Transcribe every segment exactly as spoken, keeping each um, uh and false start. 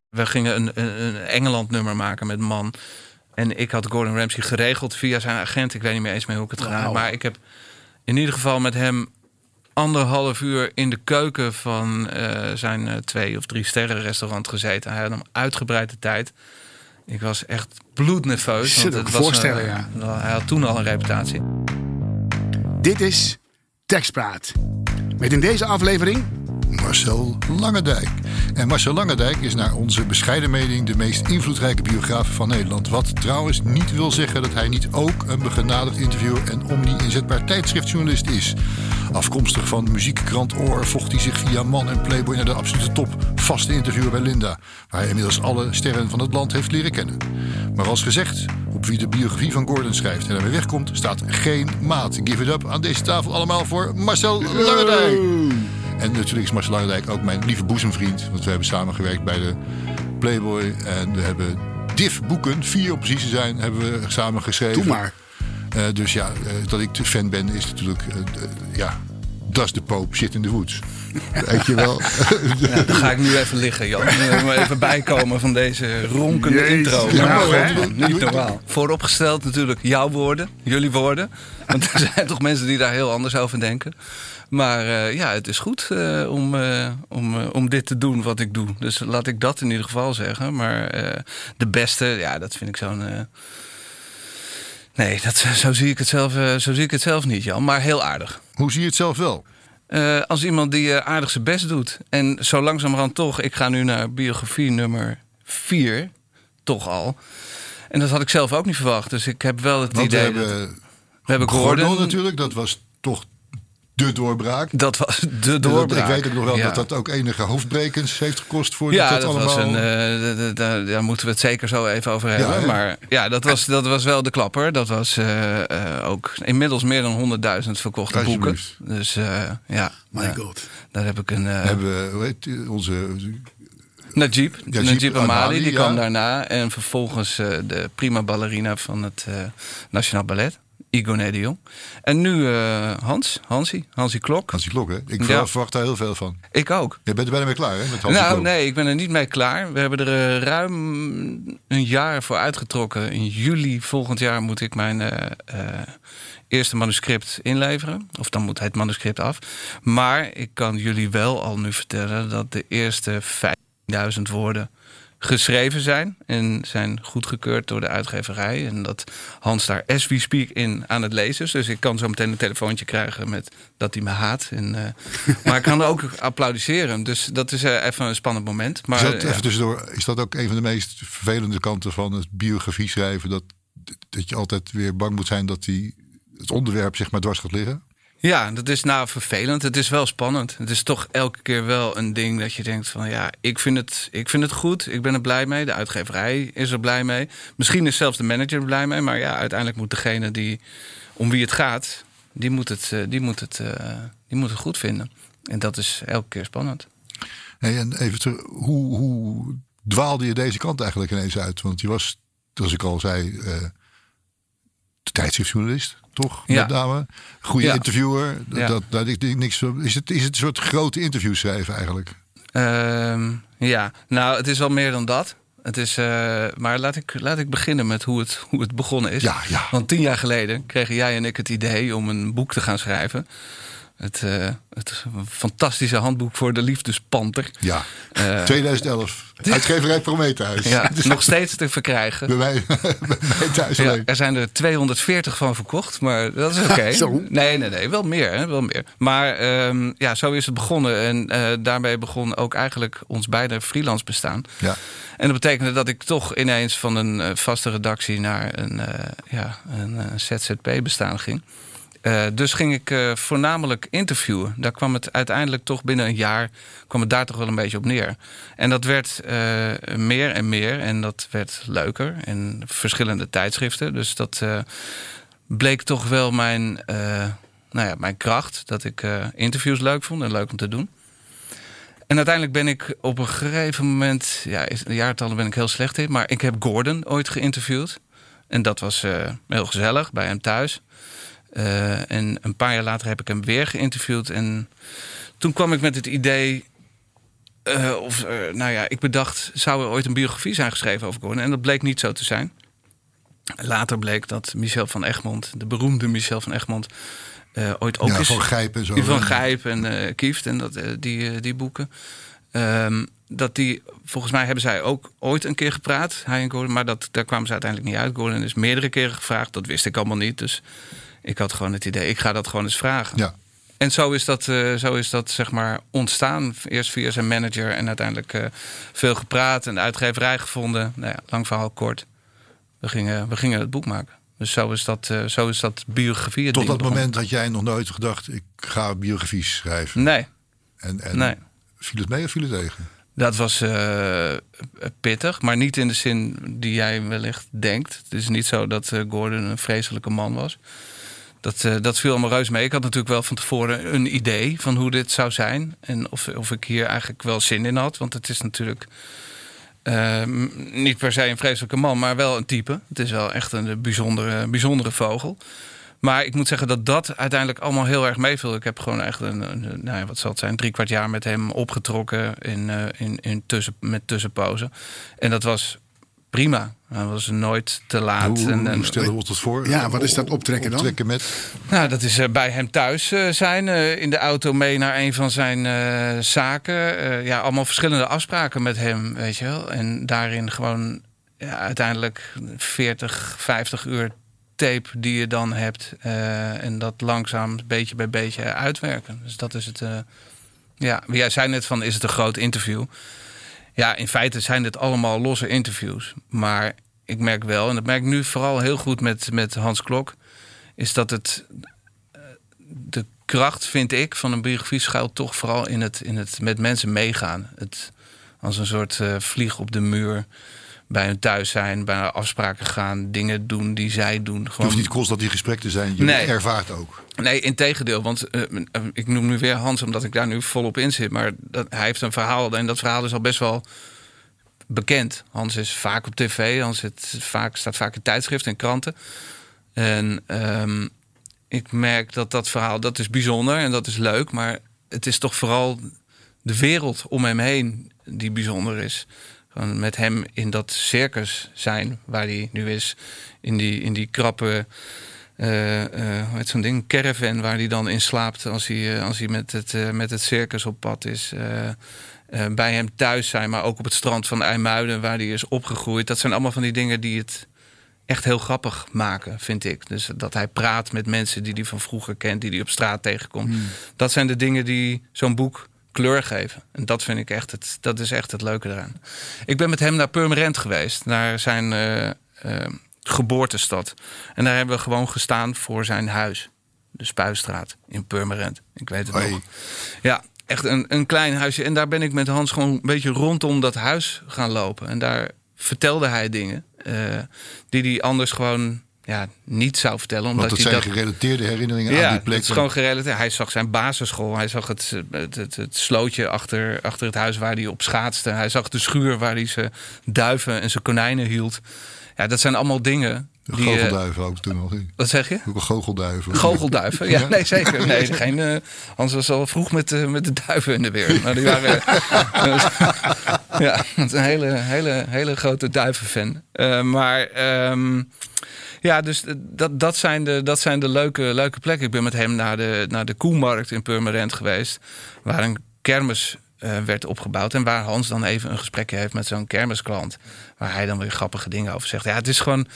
We gingen een, een, een Engeland nummer maken met een man. En ik had Gordon Ramsay geregeld via zijn agent. Ik weet niet meer eens meer hoe ik het gedaan heb. Maar ik heb in ieder geval met hem anderhalf uur in de keuken van uh, zijn uh, twee of drie sterren restaurant gezeten. Hij had hem uitgebreid de tijd. Ik was echt bloednerveus. Want het was voorstellen, uh, ja. Hij had toen al een reputatie. Dit is Tekstpraat. Met in deze aflevering Marcel Langendijk. En Marcel Langendijk is naar onze bescheiden mening de meest invloedrijke biograaf van Nederland. Wat trouwens niet wil zeggen dat hij niet ook een begenadigd interviewer en omni-inzetbaar tijdschriftjournalist is. Afkomstig van muziekkrant Oor vocht hij zich via Man en Playboy naar de absolute top. Vaste interviewer bij Linda, waar hij inmiddels alle sterren van het land heeft leren kennen. Maar als gezegd, op wie de biografie van Gordon schrijft en daarmee wegkomt, staat geen maat. Give it up aan deze tafel allemaal voor Marcel Langendijk. En natuurlijk is Marcel Langendijk ook mijn lieve boezemvriend. Want we hebben samengewerkt bij de Playboy. En we hebben Div boeken, vier om precies te zijn, hebben we samen geschreven. Doe maar. Uh, dus ja, uh, dat ik fan ben is natuurlijk... Uh, uh, ja, das de Pope shit in the woods. Weet je wel? Ja, dan ga ik nu even liggen, Jan. Dan moet even bijkomen van deze ronkende Jezus. intro. Ja, nou, hè? Niet normaal. Vooropgesteld natuurlijk jouw woorden, jullie woorden. Want er zijn toch mensen die daar heel anders over denken. Maar uh, ja, het is goed uh, om, uh, om, uh, om dit te doen wat ik doe. Dus laat ik dat in ieder geval zeggen. Maar uh, de beste, ja, dat vind ik zo'n... Uh... Nee, dat, zo, zie ik het zelf, uh, zo zie ik het zelf niet, Jan. Maar heel aardig. Hoe zie je het zelf wel? Uh, als iemand die uh, aardig zijn best doet. En zo langzamerhand toch, ik ga nu naar biografie nummer vier, toch al. En dat had ik zelf ook niet verwacht. Dus ik heb wel het Want idee... We hebben, dat, we hebben Gordon, Gordon natuurlijk, dat was toch de doorbraak. Dat was de doorbraak. Ik weet ook nog wel ja. dat dat ook enige hoofdbrekens heeft gekost. Voor ja, dat, dat, dat was allemaal... een. Uh, daar moeten we het zeker zo even over hebben. Ja, maar ja, dat was, dat was wel de klapper. Dat was uh, uh, ook inmiddels meer dan honderdduizend verkochte boeken. Dus uh, ja. My uh, god. Daar heb ik een. Uh, hebben we, hoe heet onze. Najib, Najib Najib Amali, Amali, die ja. kwam daarna. En vervolgens uh, de prima ballerina van het uh, Nationaal Ballet. Igoné de Jong. En nu uh, Hans, Hansie, Hansie Klok. Hansie Klok, hè? Ik ja. verwacht daar heel veel van. Ik ook. Je bent er bijna mee klaar, hè? Met Hansie nou, Klok. nee, ik ben er niet mee klaar. We hebben er uh, ruim een jaar voor uitgetrokken. In juli volgend jaar moet ik mijn uh, uh, eerste manuscript inleveren. Of dan moet het manuscript af. Maar ik kan jullie wel al nu vertellen dat de eerste vijftienduizend woorden geschreven zijn en zijn goedgekeurd door de uitgeverij. En dat Hans daar as we speak in aan het lezen is. Dus ik kan zo meteen een telefoontje krijgen met dat hij me haat. En, uh, maar ik kan ook applaudisseren. Dus dat is uh, even een spannend moment. Maar, is dat, ja. even tussendoor, is dat ook een van de meest vervelende kanten van het biografie schrijven? Dat, dat je altijd weer bang moet zijn dat die, het onderwerp zeg maar dwars gaat liggen? Ja, dat is nou vervelend. Het is wel spannend. Het is toch elke keer wel een ding dat je denkt van ja, ik vind het, ik vind het goed. Ik ben er blij mee. De uitgeverij is er blij mee. Misschien is zelfs de manager er blij mee. Maar ja, uiteindelijk moet degene die, om wie het gaat, die moet het, die moet het, uh, die moet het goed vinden. En dat is elke keer spannend. Hey, en even terug, hoe, hoe dwaalde je deze kant eigenlijk ineens uit? Want je was, zoals ik al zei, uh, de tijdschriftjournalist. Toch, ja. met name. Goede ja. interviewer. Ja. Dat, dat, ik denk niks. Is het, is het een soort grote interview schrijven eigenlijk? Uh, ja, nou, het is wel meer dan dat. Het is, uh, maar laat ik, laat ik beginnen met hoe het, hoe het begonnen is. Ja, ja. Want tien jaar geleden kregen jij en ik het idee om een boek te gaan schrijven. Het, uh, het fantastische handboek voor de liefdespanter. Ja, uh, tweeduizend elf. Uitgeverij Prometheus. Ja, nog steeds te verkrijgen. Bij mij, bij mij thuis ja, alleen. er zijn er tweehonderdveertig van verkocht, maar dat is oké. Okay. Nee, nee, nee, wel meer, hè, wel meer. Maar um, ja, zo is het begonnen. En uh, daarmee begon ook eigenlijk ons beide freelance bestaan. Ja. En dat betekende dat ik toch ineens van een uh, vaste redactie naar een, uh, ja, een uh, Z Z P bestaan ging. Uh, dus ging ik uh, voornamelijk interviewen. Daar kwam het uiteindelijk toch binnen een jaar, kwam het daar toch wel een beetje op neer. En dat werd uh, meer en meer en dat werd leuker. En verschillende tijdschriften. Dus dat uh, bleek toch wel mijn, uh, nou ja, mijn kracht. Dat ik uh, interviews leuk vond en leuk om te doen. En uiteindelijk ben ik op een gegeven moment, ja, de jaartallen ben ik heel slecht in, maar ik heb Gordon ooit geïnterviewd. En dat was uh, heel gezellig bij hem thuis. Uh, en een paar jaar later heb ik hem weer geïnterviewd. En toen kwam ik met het idee, Uh, of, uh, nou ja, ik bedacht, zou er ooit een biografie zijn geschreven over Gordon? En dat bleek niet zo te zijn. Later bleek dat Michel van Egmond, de beroemde Michel van Egmond, uh, ooit ook ja, is. Van Gijp en zo. Die Van Gijp en uh, Kieft en dat, uh, die, uh, die boeken. Um, dat die, volgens mij hebben zij ook ooit een keer gepraat, hij en Gordon. Maar dat, daar kwamen ze uiteindelijk niet uit. Gordon is meerdere keren gevraagd. Dat wist ik allemaal niet. Dus ik had gewoon het idee, ik ga dat gewoon eens vragen. Ja. En zo is dat, uh, zo is dat zeg maar ontstaan. Eerst via zijn manager en uiteindelijk uh, veel gepraat en de uitgeverij gevonden. Nou ja, lang verhaal kort. We gingen, we gingen het boek maken. Dus zo is dat, uh, zo is dat biografie. Tot dat begon. moment had jij nog nooit gedacht, ik ga biografies schrijven? Nee. En, en nee. viel het mee of viel het tegen? Dat was uh, pittig, maar niet in de zin die jij wellicht denkt. Het is niet zo dat uh, Gordon een vreselijke man was. Dat, uh, dat viel allemaal reuze mee. Ik had natuurlijk wel van tevoren een idee van hoe dit zou zijn. En of, of ik hier eigenlijk wel zin in had. Want het is natuurlijk uh, niet per se een vreselijke man, maar wel een type. Het is wel echt een bijzondere, bijzondere vogel. Maar ik moet zeggen dat dat uiteindelijk allemaal heel erg meeviel. Ik heb gewoon echt een, een nou ja, wat zal het zijn, drie kwart jaar met hem opgetrokken in, uh, in, in tussen, met tussenpozen. En dat was prima. Hij was nooit te laat. Hoe, en, en, hoe stellen we ons dat voor? Ja, wat is dat optrekken dan? Optrekken met? Nou, dat is uh, bij hem thuis uh, zijn. Uh, in de auto mee naar een van zijn uh, zaken. Uh, ja, allemaal verschillende afspraken met hem, weet je wel. En daarin gewoon ja, uiteindelijk veertig, vijftig uur tape die je dan hebt. Uh, en dat langzaam beetje bij beetje uitwerken. Dus dat is het. Uh, ja, jij zei net van, is het een groot interview? Ja, in feite zijn dit allemaal losse interviews. Maar ik merk wel, en dat merk ik nu vooral heel goed met, met Hans Klok, is dat het de kracht, vind ik, van een biografie schuilt toch vooral in het, in het met mensen meegaan. Het als een soort uh, vlieg op de muur bij hun thuis zijn, bij afspraken gaan, dingen doen die zij doen. Gewoon... Het hoeft niet constant die gesprek te zijn. Je nee. ervaart ook. Nee, integendeel. Want uh, ik noem nu weer Hans, omdat ik daar nu volop in zit. Maar dat, hij heeft een verhaal en dat verhaal is al best wel bekend. Hans is vaak op tv. Hans zit vaak, staat vaak in tijdschriften en kranten. En um, ik merk dat dat verhaal, dat is bijzonder en dat is leuk. Maar het is toch vooral de wereld om hem heen die bijzonder is. Gewoon met hem in dat circus zijn waar hij nu is. In die, in die krappe, uh, uh, hoe heet zo'n ding, caravan waar hij dan in slaapt als hij, uh, als hij met, het, uh, met het circus op pad is. Uh, uh, bij hem thuis zijn, maar ook op het strand van IJmuiden waar hij is opgegroeid. Dat zijn allemaal van die dingen die het echt heel grappig maken, vind ik. Dus dat hij praat met mensen die hij van vroeger kent, die hij op straat tegenkomt. Hmm. Dat zijn de dingen die zo'n boek kleur geven. En dat vind ik echt het, dat is echt het leuke eraan. Ik ben met hem naar Purmerend geweest, naar zijn uh, uh, geboortestad. En daar hebben we gewoon gestaan voor zijn huis. De Spuistraat in Purmerend. Ik weet het Hoi. nog. Ja, echt een, een klein huisje. En daar ben ik met Hans gewoon een beetje rondom dat huis gaan lopen. En daar vertelde hij dingen uh, die hij anders gewoon ja, niet zou vertellen. Omdat Want het hij zijn dat... gerelateerde herinneringen ja, aan die plek. Het is gewoon gerelateerd. Hij zag zijn basisschool. Hij zag het, het, het, het slootje achter, achter het huis waar hij op schaatste. Hij zag de schuur waar hij zijn duiven en zijn konijnen hield. Ja, dat zijn allemaal dingen. De die, goochelduiven ook toen nog. Wat zeg je? Ook een goochelduiven. Goochelduiven, ja, nee, zeker. Nee, geen, uh, Hans was al vroeg met, uh, met de duiven in de weer. Maar die waren uh, ja, een hele, hele, hele grote duivenfan. Uh, maar um, ja, dus dat, dat zijn de, dat zijn de leuke, leuke plekken. Ik ben met hem naar de, naar de Koemarkt in Purmerend geweest, waar een kermis Uh, werd opgebouwd. En waar Hans dan even een gesprekje heeft met zo'n kermisklant. Waar hij dan weer grappige dingen over zegt. Ja, het is gewoon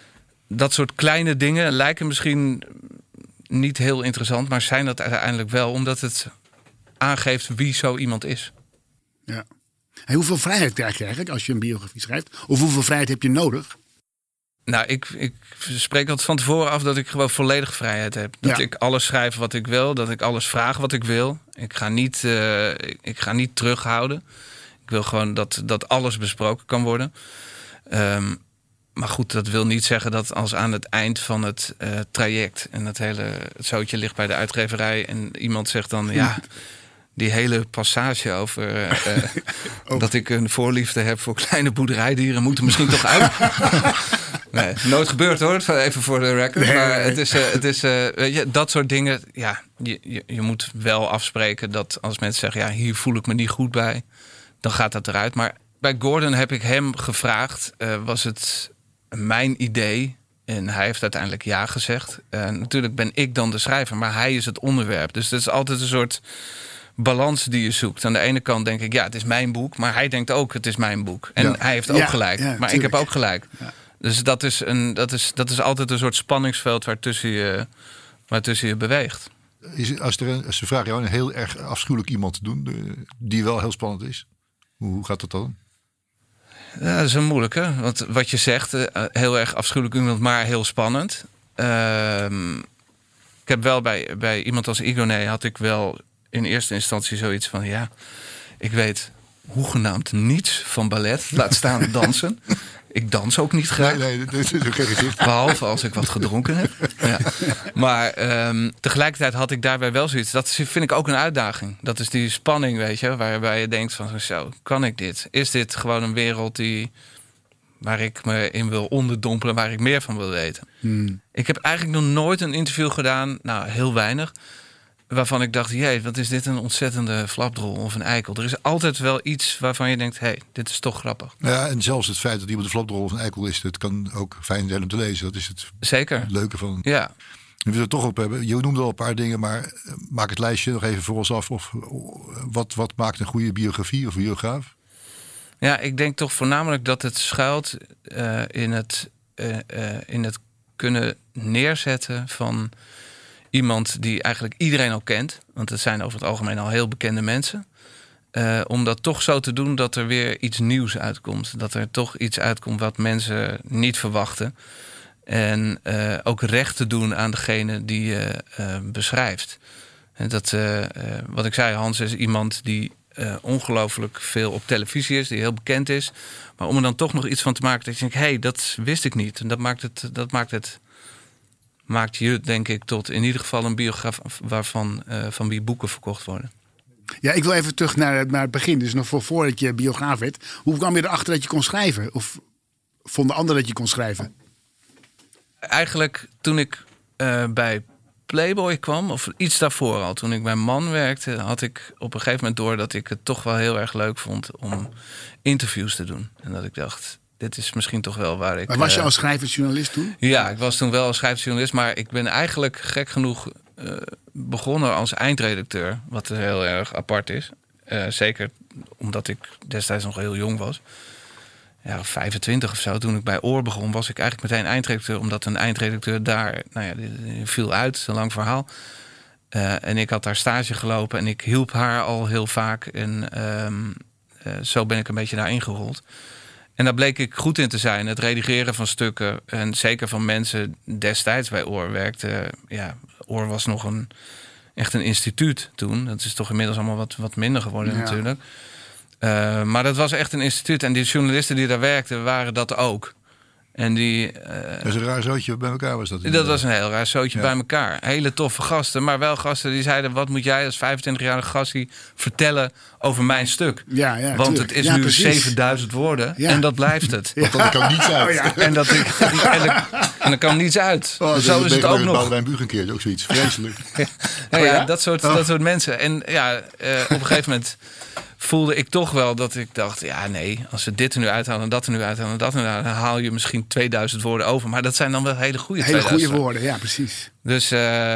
dat soort kleine dingen lijken misschien niet heel interessant, maar zijn dat uiteindelijk wel, omdat het aangeeft wie zo iemand is. Ja. En hoeveel vrijheid krijg je eigenlijk als je een biografie schrijft? Of hoeveel vrijheid heb je nodig? Nou, ik, ik spreek altijd van tevoren af dat ik gewoon volledig vrijheid heb. Dat ja. ik alles schrijf wat ik wil. Dat ik alles vraag wat ik wil. Ik ga niet, uh, ik ga niet terughouden. Ik wil gewoon dat, dat alles besproken kan worden. Um, maar goed, dat wil niet zeggen dat als aan het eind van het uh, traject... en het hele het zootje ligt bij de uitgeverij... en iemand zegt dan, ja... die hele passage over uh, uh, oh. dat ik een voorliefde heb voor kleine boerderijdieren... moet er misschien toch uit. Nee, nooit gebeurd hoor, even voor de record. Nee, maar het is, uh, het is uh, weet je, dat soort dingen. Ja, je, je, je moet wel afspreken dat als mensen zeggen... ja, hier voel ik me niet goed bij... dan gaat dat eruit. Maar bij Gordon heb ik hem gevraagd, uh, was het mijn idee? En hij heeft uiteindelijk ja gezegd. Uh, natuurlijk ben ik dan de schrijver, maar hij is het onderwerp. Dus dat is altijd een soort balans die je zoekt. Aan de ene kant denk ik, ja, het is mijn boek. Maar hij denkt ook, het is mijn boek. En ja. hij heeft ook ja, gelijk. Ja, maar tuurlijk. Ik heb ook gelijk. Ja. Dus dat is, een, dat, is, dat is altijd een soort spanningsveld waartussen je, waartussen je beweegt. Is, als, er een, als ze vragen jou een heel erg afschuwelijk iemand te doen, die wel heel spannend is. Hoe gaat dat dan? Ja, dat is een moeilijke. Want wat je zegt, heel erg afschuwelijk iemand, maar heel spannend. Uh, ik heb wel bij, bij iemand als Igoné had ik wel in eerste instantie zoiets van, ja, ik weet hoegenaamd niets van ballet. Laat staan dansen. Ik dans ook niet graag. Nee, nee, dat is ook geen gezicht. Behalve als ik wat gedronken heb. Ja. Maar um, tegelijkertijd had ik daarbij wel zoiets. Dat vind ik ook een uitdaging. Dat is die spanning, weet je. Waarbij je denkt van, zo, kan ik dit? Is dit gewoon een wereld die, waar ik me in wil onderdompelen, waar ik meer van wil weten? Hmm. Ik heb eigenlijk nog nooit een interview gedaan, nou, heel weinig, waarvan ik dacht, jee, wat is dit een ontzettende flapdrol of een eikel. Er is altijd wel iets waarvan je denkt, hé, hey, dit is toch grappig. Ja, en zelfs het feit dat iemand een flapdrol of een eikel is, dat kan ook fijn zijn om te lezen. Dat is het Zeker. leuke van. Ja. We willen het toch op hebben. Je noemde al een paar dingen, maar maak het lijstje nog even voor ons af. Of wat, wat maakt een goede biografie of biograaf? Ja, ik denk toch voornamelijk dat het schuilt uh, in, het, uh, uh, in het kunnen neerzetten van iemand die eigenlijk iedereen al kent. Want het zijn over het algemeen al heel bekende mensen. Uh, om dat toch zo te doen dat er weer iets nieuws uitkomt. Dat er toch iets uitkomt wat mensen niet verwachten. En uh, ook recht te doen aan degene die je uh, beschrijft. En dat, uh, uh, wat ik zei, Hans is iemand die uh, ongelooflijk veel op televisie is. Die heel bekend is. Maar om er dan toch nog iets van te maken. Dat je denkt, hé, hey, dat wist ik niet. En dat maakt het... Dat maakt het maakt je, denk ik, tot in ieder geval een biograaf waarvan uh, van wie boeken verkocht worden. Ja, ik wil even terug naar, naar het begin. Dus nog voor, voordat je biograaf werd. Hoe kwam je erachter dat je kon schrijven? Of vonden anderen dat je kon schrijven? Eigenlijk toen ik uh, bij Playboy kwam, of iets daarvoor al. Toen ik bij Man werkte, had ik op een gegeven moment door dat ik het toch wel heel erg leuk vond om interviews te doen. En dat ik dacht, dit is misschien toch wel waar ik... Maar was je uh, als schrijversjournalist toen? Ja, ik was toen wel als schrijversjournalist, maar ik ben eigenlijk gek genoeg uh, begonnen als eindredacteur. Wat heel erg apart is. Uh, zeker omdat ik destijds nog heel jong was. Ja, vijfentwintig of zo. Toen ik bij Oor begon, was ik eigenlijk meteen eindredacteur. Omdat een eindredacteur daar, nou ja, die, die viel uit. Een lang verhaal. Uh, en ik had daar stage gelopen en ik hielp haar al heel vaak. En um, uh, zo ben ik een beetje daarin gerold. En daar bleek ik goed in te zijn. Het redigeren van stukken. En zeker van mensen destijds bij Oor werkte. Ja, Oor was nog een, echt een instituut toen. Dat is toch inmiddels allemaal wat, wat minder geworden ja. natuurlijk. Uh, maar dat was echt een instituut. En die journalisten die daar werkten, waren dat ook. En die, uh, dat is een raar zootje bij elkaar was dat. Dat was een heel raar zootje ja. bij elkaar. Hele toffe gasten. Maar wel gasten die zeiden, wat moet jij als vijfentwintigjarige gastie vertellen over mijn stuk? Ja, ja, Want tuurlijk. het is ja, nu precies. zevenduizend woorden. Ja. En dat blijft het. Ja. Want dan kan niets uit. Oh, ja. En, dat ik, en, er, en er kan niets uit. Oh, dus zo is het ook nog. Boudewijn Buug een keer, ook zoiets. Vreselijk. ja, ja, ja, dat, soort, oh. dat soort mensen. En ja, uh, op een gegeven moment voelde ik toch wel dat ik dacht, ja nee, als we dit er nu uithalen en dat er nu uithalen en dat er nu uithalen, dan haal je misschien tweeduizend woorden over. Maar dat zijn dan wel hele goede Hele tweeduizend goede woorden, ja precies. Dus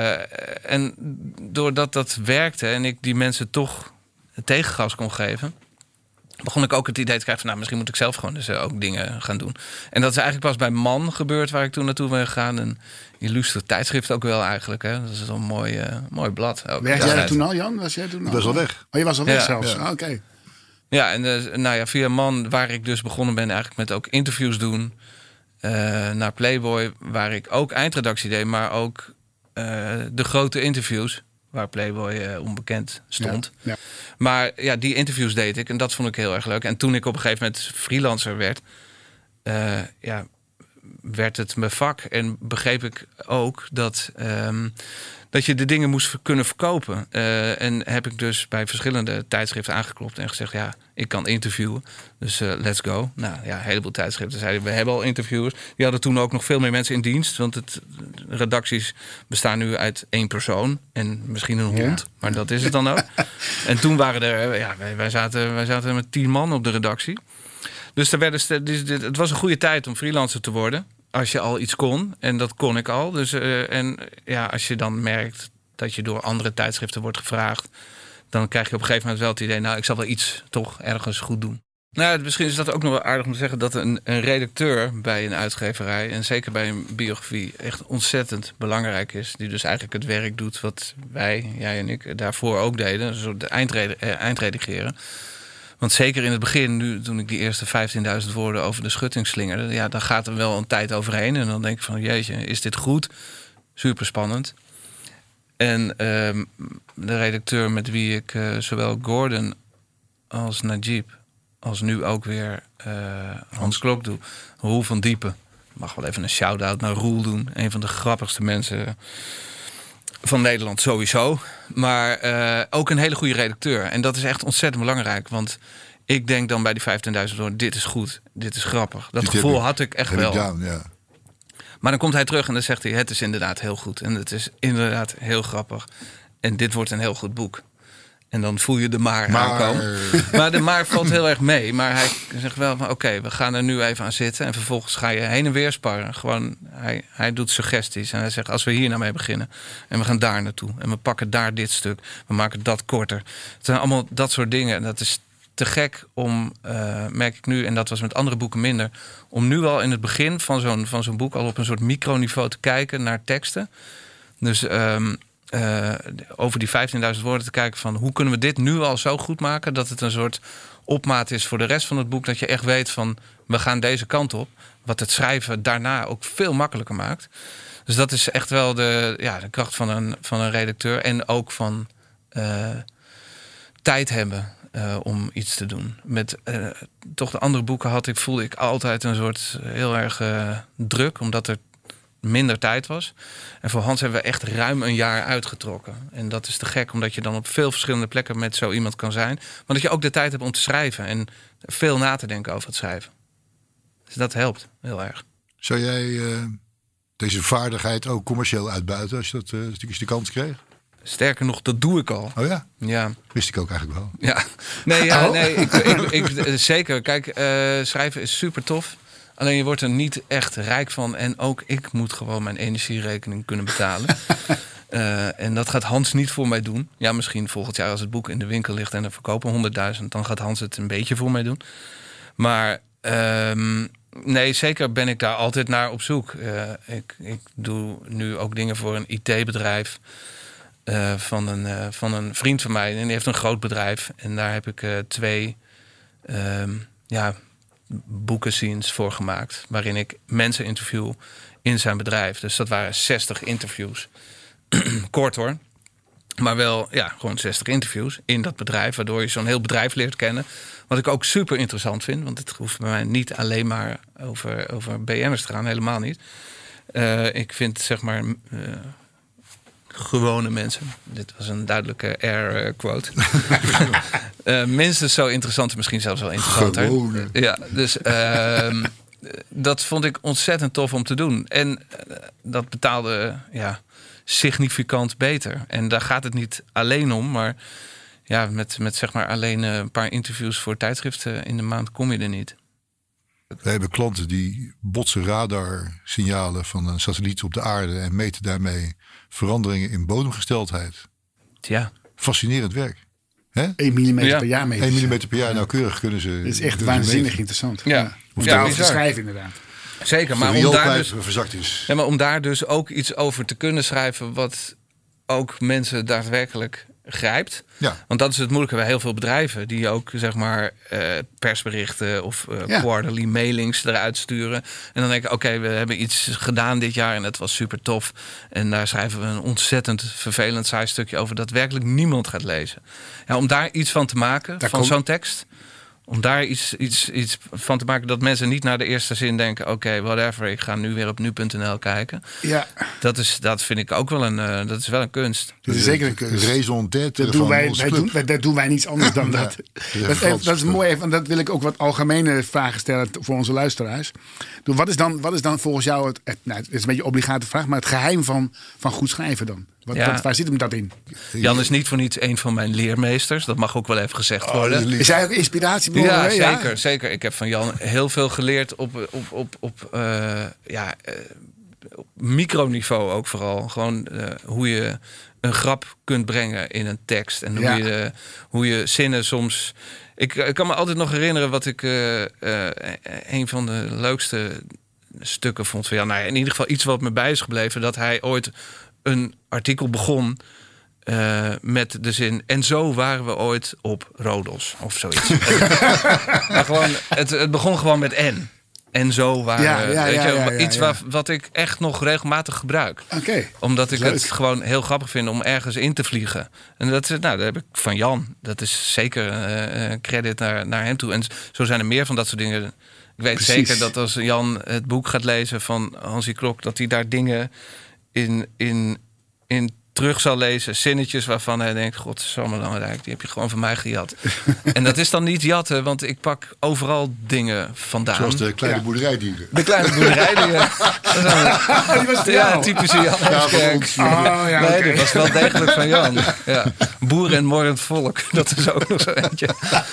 uh, en doordat dat werkte en ik die mensen toch tegengas kon geven, begon ik ook het idee te krijgen van, nou, misschien moet ik zelf gewoon dus uh, ook dingen gaan doen. En dat is eigenlijk pas bij Man gebeurd, waar ik toen naartoe ben gegaan. Een illustre tijdschrift ook wel eigenlijk. Hè. Dat is een mooi, uh, mooi blad. Werkte jij ja, er toen al, Jan? Was jij toen al? Ik was al weg. Oh, je was al weg ja, zelfs? Ja. Ah, oké. Okay. Ja, en uh, nou ja, via Man, waar ik dus begonnen ben eigenlijk met ook interviews doen. Uh, naar Playboy, waar ik ook eindredactie deed, maar ook uh, de grote interviews, waar Playboy uh, onbekend stond. Ja, ja. Maar ja, die interviews deed ik en dat vond ik heel erg leuk. En toen ik op een gegeven moment freelancer werd, uh, ja, werd het mijn vak. En begreep ik ook dat, um, dat je de dingen moest kunnen verkopen. Uh, en heb ik dus bij verschillende tijdschriften aangeklopt en gezegd, ja, ik kan interviewen. Dus uh, let's go. Nou ja, een heleboel tijdschriften zeiden, we hebben al interviewers. Die hadden toen ook nog veel meer mensen in dienst. Want het, de redacties bestaan nu uit één persoon en misschien een hond. Ja. Maar dat is het dan ook. En toen waren er, ja, wij, wij, zaten, wij zaten met tien man op de redactie. Dus er werden, het was een goede tijd om freelancer te worden. Als je al iets kon. En dat kon ik al. Dus, uh, en ja, als je dan merkt dat je door andere tijdschriften wordt gevraagd, dan krijg je op een gegeven moment wel het idee, nou, ik zal wel iets toch ergens goed doen. Nou, misschien is dat ook nog wel aardig om te zeggen dat een, een redacteur bij een uitgeverij, en zeker bij een biografie, echt ontzettend belangrijk is. Die dus eigenlijk het werk doet wat wij, jij en ik, daarvoor ook deden. Dus de eindred, eh, eindredigeren. Want zeker in het begin, nu toen ik die eerste vijftienduizend woorden over de schutting slingerde, ja, dan gaat er wel een tijd overheen. En dan denk ik van, jeetje, is dit goed? Super spannend. En uh, de redacteur met wie ik uh, zowel Gordon als Najib, als nu ook weer uh, Hans Klok doe, Roel van Diepen. Ik mag wel even een shout-out naar Roel doen. Een van de grappigste mensen van Nederland sowieso. Maar uh, ook een hele goede redacteur. En dat is echt ontzettend belangrijk. Want ik denk dan bij die vijftienduizend woorden, dit is goed, dit is grappig. Dat dit gevoel ik, had ik echt wel. Down, yeah. Maar dan komt hij terug en dan zegt hij, het is inderdaad heel goed. En het is inderdaad heel grappig. En dit wordt een heel goed boek. En dan voel je de maar, maar aankomen. Maar de maar valt heel erg mee. Maar hij zegt wel van, oké, okay, we gaan er nu even aan zitten. En vervolgens ga je heen en weer sparren. Gewoon, hij, hij doet suggesties. En hij zegt, als we hier nou mee beginnen. En we gaan daar naartoe. En we pakken daar dit stuk. We maken dat korter. Het zijn allemaal dat soort dingen. En dat is te gek om, uh, merk ik nu, en dat was met andere boeken minder, om nu al in het begin van zo'n, van zo'n boek al op een soort microniveau te kijken naar teksten. Dus um, uh, over die vijftienduizend woorden te kijken van, hoe kunnen we dit nu al zo goed maken dat het een soort opmaat is voor de rest van het boek, dat je echt weet van, we gaan deze kant op, wat het schrijven daarna ook veel makkelijker maakt. Dus dat is echt wel de, ja, de kracht van een, van een redacteur en ook van uh, tijd hebben. Uh, om iets te doen. Met uh, toch de andere boeken had ik, voelde ik altijd een soort heel erg uh, druk, omdat er minder tijd was. En voor Hans hebben we echt ruim een jaar uitgetrokken. En dat is te gek, omdat je dan op veel verschillende plekken met zo iemand kan zijn. Maar dat je ook de tijd hebt om te schrijven en veel na te denken over het schrijven. Dus dat helpt heel erg. Zou jij uh, deze vaardigheid ook commercieel uitbuiten als je dat uh, stukjes de kans kreeg? Sterker nog, dat doe ik al. Oh ja? Ja. Wist ik ook eigenlijk wel. Ja, nee, ja, oh. nee ik, ik, ik, zeker. Kijk, uh, schrijven is super tof. Alleen je wordt er niet echt rijk van. En ook ik moet gewoon mijn energierekening kunnen betalen. uh, en dat gaat Hans niet voor mij doen. Ja, misschien volgend jaar als het boek in de winkel ligt en er verkopen honderdduizend, dan gaat Hans het een beetje voor mij doen. Maar um, nee, zeker ben ik daar altijd naar op zoek. Uh, ik, ik doe nu ook dingen voor een I T-bedrijf. Uh, van, een, uh, van een vriend van mij. En die heeft een groot bedrijf. En daar heb ik uh, twee uh, ja, boekenscenes voor gemaakt. Waarin ik mensen interview in zijn bedrijf. Dus dat waren zestig interviews. Kort hoor. Maar wel ja, gewoon zestig interviews in dat bedrijf. Waardoor je zo'n heel bedrijf leert kennen. Wat ik ook super interessant vind. Want het hoeft bij mij niet alleen maar over, over B N'ers te gaan. Helemaal niet. Uh, ik vind zeg maar... Uh, gewone mensen. Dit was een duidelijke air uh, quote. uh, minstens zo interessant, misschien zelfs wel interessanter. Gewone. Ja, dus uh, dat vond ik ontzettend tof om te doen. En uh, dat betaalde ja, significant beter. En daar gaat het niet alleen om, maar ja, met, met zeg maar alleen uh, een paar interviews voor tijdschriften in de maand kom je er niet. Wij hebben klanten die botsen radarsignalen van een satelliet op de aarde en meten daarmee veranderingen in bodemgesteldheid. Ja. Fascinerend werk. één millimeter ja. per jaar meten. één millimeter per jaar nauwkeurig kunnen ze. Dat is echt waanzinnig interessant. Ja. Ja. Om ja, ja, te schrijven inderdaad. Zeker, maar om, daar dus, verzakt is. Ja, maar om daar dus ook iets over te kunnen schrijven wat ook mensen daadwerkelijk grijpt. Ja. Want dat is het moeilijke bij heel veel bedrijven. Die ook zeg maar uh, persberichten of uh, ja. quarterly mailings eruit sturen. En dan denk ik, oké, okay, we hebben iets gedaan dit jaar en dat was super tof. En daar schrijven we een ontzettend vervelend saai stukje over dat werkelijk niemand gaat lezen. Ja, om daar iets van te maken, daar van kom... zo'n tekst. Om daar iets, iets, iets van te maken dat mensen niet naar de eerste zin denken... oké, okay, whatever, ik ga nu weer op nu punt n l kijken. Ja. Dat, is, dat vind ik ook wel een, uh, dat is wel een kunst. Dat is zeker een kunst. Raison d'être dat doen wij, wij, doen, wij, dat doen wij niets anders dan dat. Ja, dat, dat, dat is mooi, want dat wil ik ook wat algemene vragen stellen voor onze luisteraars. Wat is dan, wat is dan volgens jou, het, het, nou, het is een beetje een obligate vraag... maar het geheim van, van goed schrijven dan? Wat, ja. wat, waar zit hem dat in? Jan is niet voor niets een van mijn leermeesters. Dat mag ook wel even gezegd worden. Oh, is hij ook inspiratiebron? Ja, hè? zeker, ja, zeker. Ik heb van Jan heel veel geleerd op, op, op, op, uh, ja, uh, op microniveau ook vooral. Gewoon uh, hoe je een grap kunt brengen in een tekst. En hoe, ja. je, hoe je zinnen soms... Ik, ik kan me altijd nog herinneren wat ik uh, uh, een van de leukste stukken vond van Jan. Nou ja, in ieder geval iets wat me bij is gebleven. Dat hij ooit een artikel begon uh, met de zin... en zo waren we ooit op Rodos of zoiets. Maar gewoon, het, het begon gewoon met en. En zo waren ja, we. Ja, weet ja, je, ja, ja, iets ja. Waar, wat ik echt nog regelmatig gebruik. Okay. Omdat ik Leuk. het gewoon heel grappig vind om ergens in te vliegen. En dat, nou, dat heb ik van Jan. Dat is zeker uh, credit naar, naar hem toe. En zo zijn er meer van dat soort dingen... Ik weet Precies. zeker dat als Jan het boek gaat lezen van Hansie Klok... dat hij daar dingen in, in, in terug zal lezen. Zinnetjes waarvan hij denkt... God, zo belangrijk, die heb je gewoon van mij gejat. En dat is dan niet jatten, want ik pak overal dingen vandaan. Zoals de kleine Ja. boerderijdieren. De kleine boerderijen. Die was van Ja, jou. typische Jan Heemskerk. Oh, ja, Nee, okay. dat was wel degelijk van Jan. Ja. Boer en morrend volk, dat is ook nog zo eentje.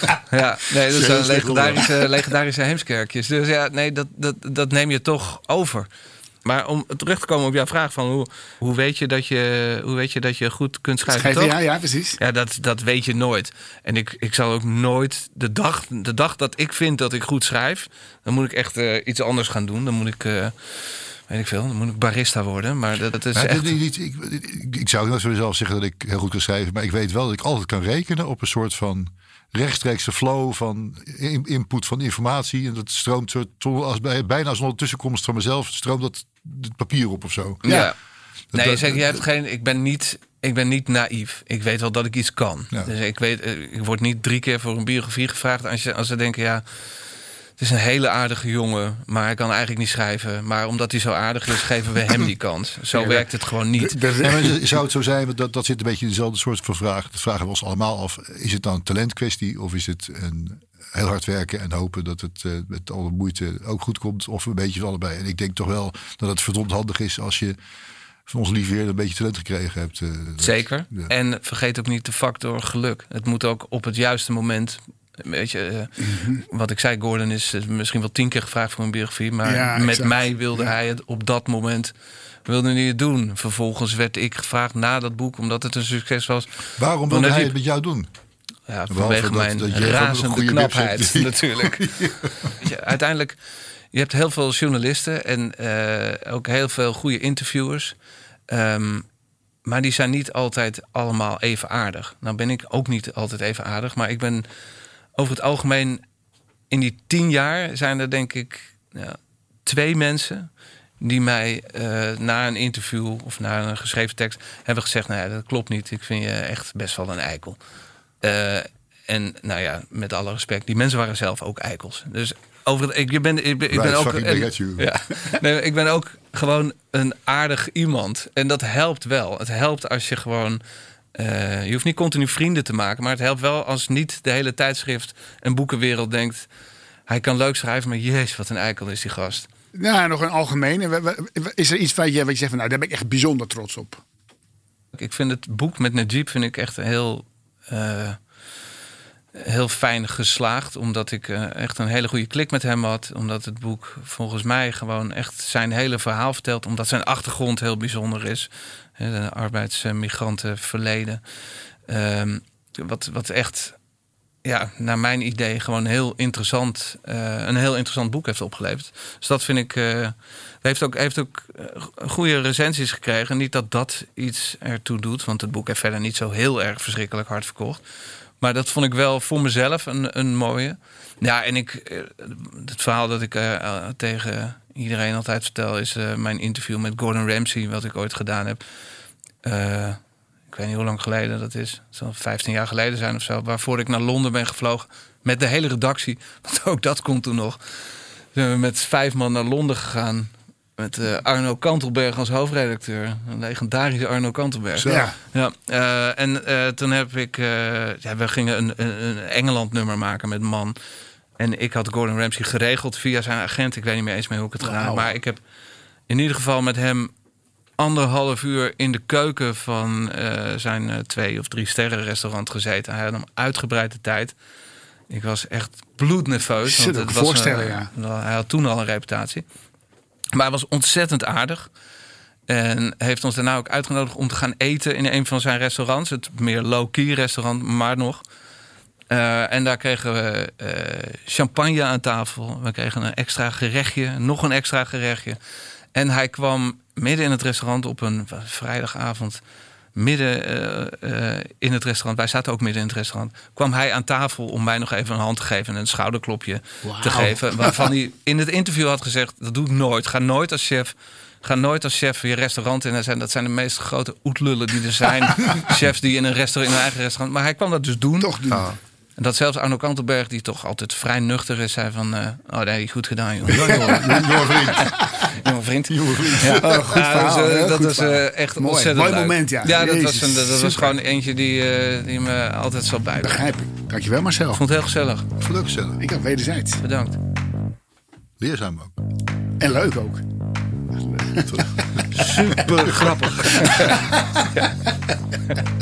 Ja, nee, dat zijn legendarische, legendarische Heemskerkjes. Dus ja, nee, dat, dat, dat neem je toch over. Maar om terug te komen op jouw vraag van hoe, hoe, weet, je dat je, hoe weet je dat je goed kunt schrijven, Schrijven, toch? ja, ja, precies. Ja, dat, dat weet je nooit. En ik, ik zal ook nooit... De dag, de dag dat ik vind dat ik goed schrijf... dan moet ik echt uh, iets anders gaan doen. Dan moet ik... Uh, weet ik veel, dan moet ik barista worden. Maar dat, dat is maar echt... dit, niet, ik, ik, ik zou nooit voor mezelf zeggen dat ik heel goed kan schrijven... maar ik weet wel dat ik altijd kan rekenen op een soort van... rechtstreekse flow van input van informatie. En dat stroomt zo, als bij, bijna zonder tussenkomst van mezelf... stroomt dat het papier op of zo. Ja. ja. Dat, nee, dat, zeg, je hebt geen, ik ben niet... Ik ben niet naïef. Ik weet wel dat ik iets kan. Ja. Dus ik weet, ik word niet drie keer voor een biografie gevraagd... als, je, als ze denken, ja... Het is een hele aardige jongen, maar hij kan eigenlijk niet schrijven. Maar omdat hij zo aardig is, geven we hem die kans. Zo ja, werkt het gewoon niet. De, de, ja, maar zou het zo zijn, dat, dat zit een beetje in dezelfde soort van vraag. Dat vragen we ons allemaal af. Is het dan een talentkwestie of is het een heel hard werken... en hopen dat het uh, met alle moeite ook goed komt? Of een beetje van allebei. En ik denk toch wel dat het verdomd handig is als je... van onze lieve heer een beetje talent gekregen hebt. Uh, Zeker. Ja. En vergeet ook niet de factor geluk. Het moet ook op het juiste moment... Weet je, uh, mm-hmm. wat ik zei, Gordon is misschien wel tien keer gevraagd voor een biografie. Maar ja, met exact. mij wilde ja. hij het op dat moment wilde hij het doen. Vervolgens werd ik gevraagd na dat boek, omdat het een succes was. Waarom wilde hij het met jou doen? Ja, vanwege mijn dat, dat razende knapheid website... natuurlijk. Weet je, uiteindelijk, je hebt heel veel journalisten en uh, ook heel veel goede interviewers. Um, maar die zijn niet altijd allemaal even aardig. Nou ben ik ook niet altijd even aardig, maar ik ben... Over het algemeen, in die tien jaar zijn er denk ik ja, twee mensen... die mij uh, na een interview of na een geschreven tekst hebben gezegd... nou ja, dat klopt niet, ik vind je echt best wel een eikel. Uh, en nou ja, met alle respect, die mensen waren zelf ook eikels. Dus over het, ik ben, ik ben, ik ben ook... Een, ja, nee, ik ben ook gewoon een aardig iemand. En dat helpt wel. Het helpt als je gewoon... Uh, je hoeft niet continu vrienden te maken, maar het helpt wel als niet de hele tijdschrift en boekenwereld denkt... hij kan leuk schrijven, maar jezus, wat een eikel is die gast. Nou, nog een algemene. Is er iets wat je, wat je zegt van, nou, daar ben ik echt bijzonder trots op? Ik vind het boek met Najib vind ik echt heel, uh, heel fijn geslaagd, omdat ik uh, echt een hele goede klik met hem had. Omdat het boek volgens mij gewoon echt zijn hele verhaal vertelt, omdat zijn achtergrond heel bijzonder is. De arbeidsmigrantenverleden. Um, wat, wat echt, ja, naar mijn idee, gewoon heel interessant, uh, een heel interessant boek heeft opgeleverd. Dus dat vind ik. Uh, heeft ook, heeft ook uh, goede recensies gekregen. Niet dat dat iets ertoe doet, want het boek heeft verder niet zo heel erg verschrikkelijk hard verkocht. Maar dat vond ik wel voor mezelf een, een mooie. Ja, en ik, uh, het verhaal dat ik uh, tegen iedereen altijd vertel is uh, mijn interview met Gordon Ramsay, wat ik ooit gedaan heb. Uh, ik weet niet hoe lang geleden dat is. Het zal vijftien jaar geleden zijn of zo. Waarvoor ik naar Londen ben gevlogen met de hele redactie. Want ook dat komt toen nog. Zijn we met vijf man naar Londen gegaan. Met uh, Arno Kantelberg als hoofdredacteur. Een legendarische Arno Kantelberg. Zo. Ja. Ja, uh, en uh, toen heb ik... Uh, ja, we gingen een, een, een Engeland nummer maken met Man. En ik had Gordon Ramsay geregeld via zijn agent. Ik weet niet meer eens meer hoe ik het gedaan heb. Maar ik heb in ieder geval met hem anderhalf uur in de keuken van uh, zijn uh, twee of drie sterren restaurant gezeten. Hij had hem uitgebreid de tijd. Ik was echt bloednerveus. Zit want ook het voorstellen, was, uh, ja. Hij had toen al een reputatie. Maar hij was ontzettend aardig. En heeft ons daarna ook uitgenodigd om te gaan eten in een van zijn restaurants. Het meer low-key restaurant, maar nog. Uh, en daar kregen we uh, champagne aan tafel. We kregen een extra gerechtje, nog een extra gerechtje. En hij kwam midden in het restaurant op een vrijdagavond. Midden uh, uh, in het restaurant, wij zaten ook midden in het restaurant. Kwam hij aan tafel om mij nog even een hand te geven en een schouderklopje wow. te geven. Waarvan hij in het interview had gezegd: dat doe ik nooit. Ga nooit als chef. Ga nooit als chef je restaurant in. En zijn, dat zijn de meest grote oetlullen die er zijn. Chefs die in een, restaurant, in een eigen restaurant. Maar hij kwam dat dus doen. Toch doen. Oh. En dat zelfs Arno Kantelberg, die toch altijd vrij nuchter is, zei van... Uh, oh nee, goed gedaan, joh. Ja, jonge vriend. Jonge vriend. Jonge vriend. Ja. Oh, goed verhaal, uh, dus, uh, dat goed was uh, echt mooi. ontzettend Mooi leuk. moment, ja. Ja, dat, Jezus, was, een, dat was gewoon eentje die, uh, die me altijd zal bijblijven. Begrijp ik. Dankjewel, Marcel. Ik vond het heel gezellig. Ik vond het ook gezellig. Ik had wederzijds. Bedankt. Leerzaam ook. En leuk ook. Super grappig. Ja.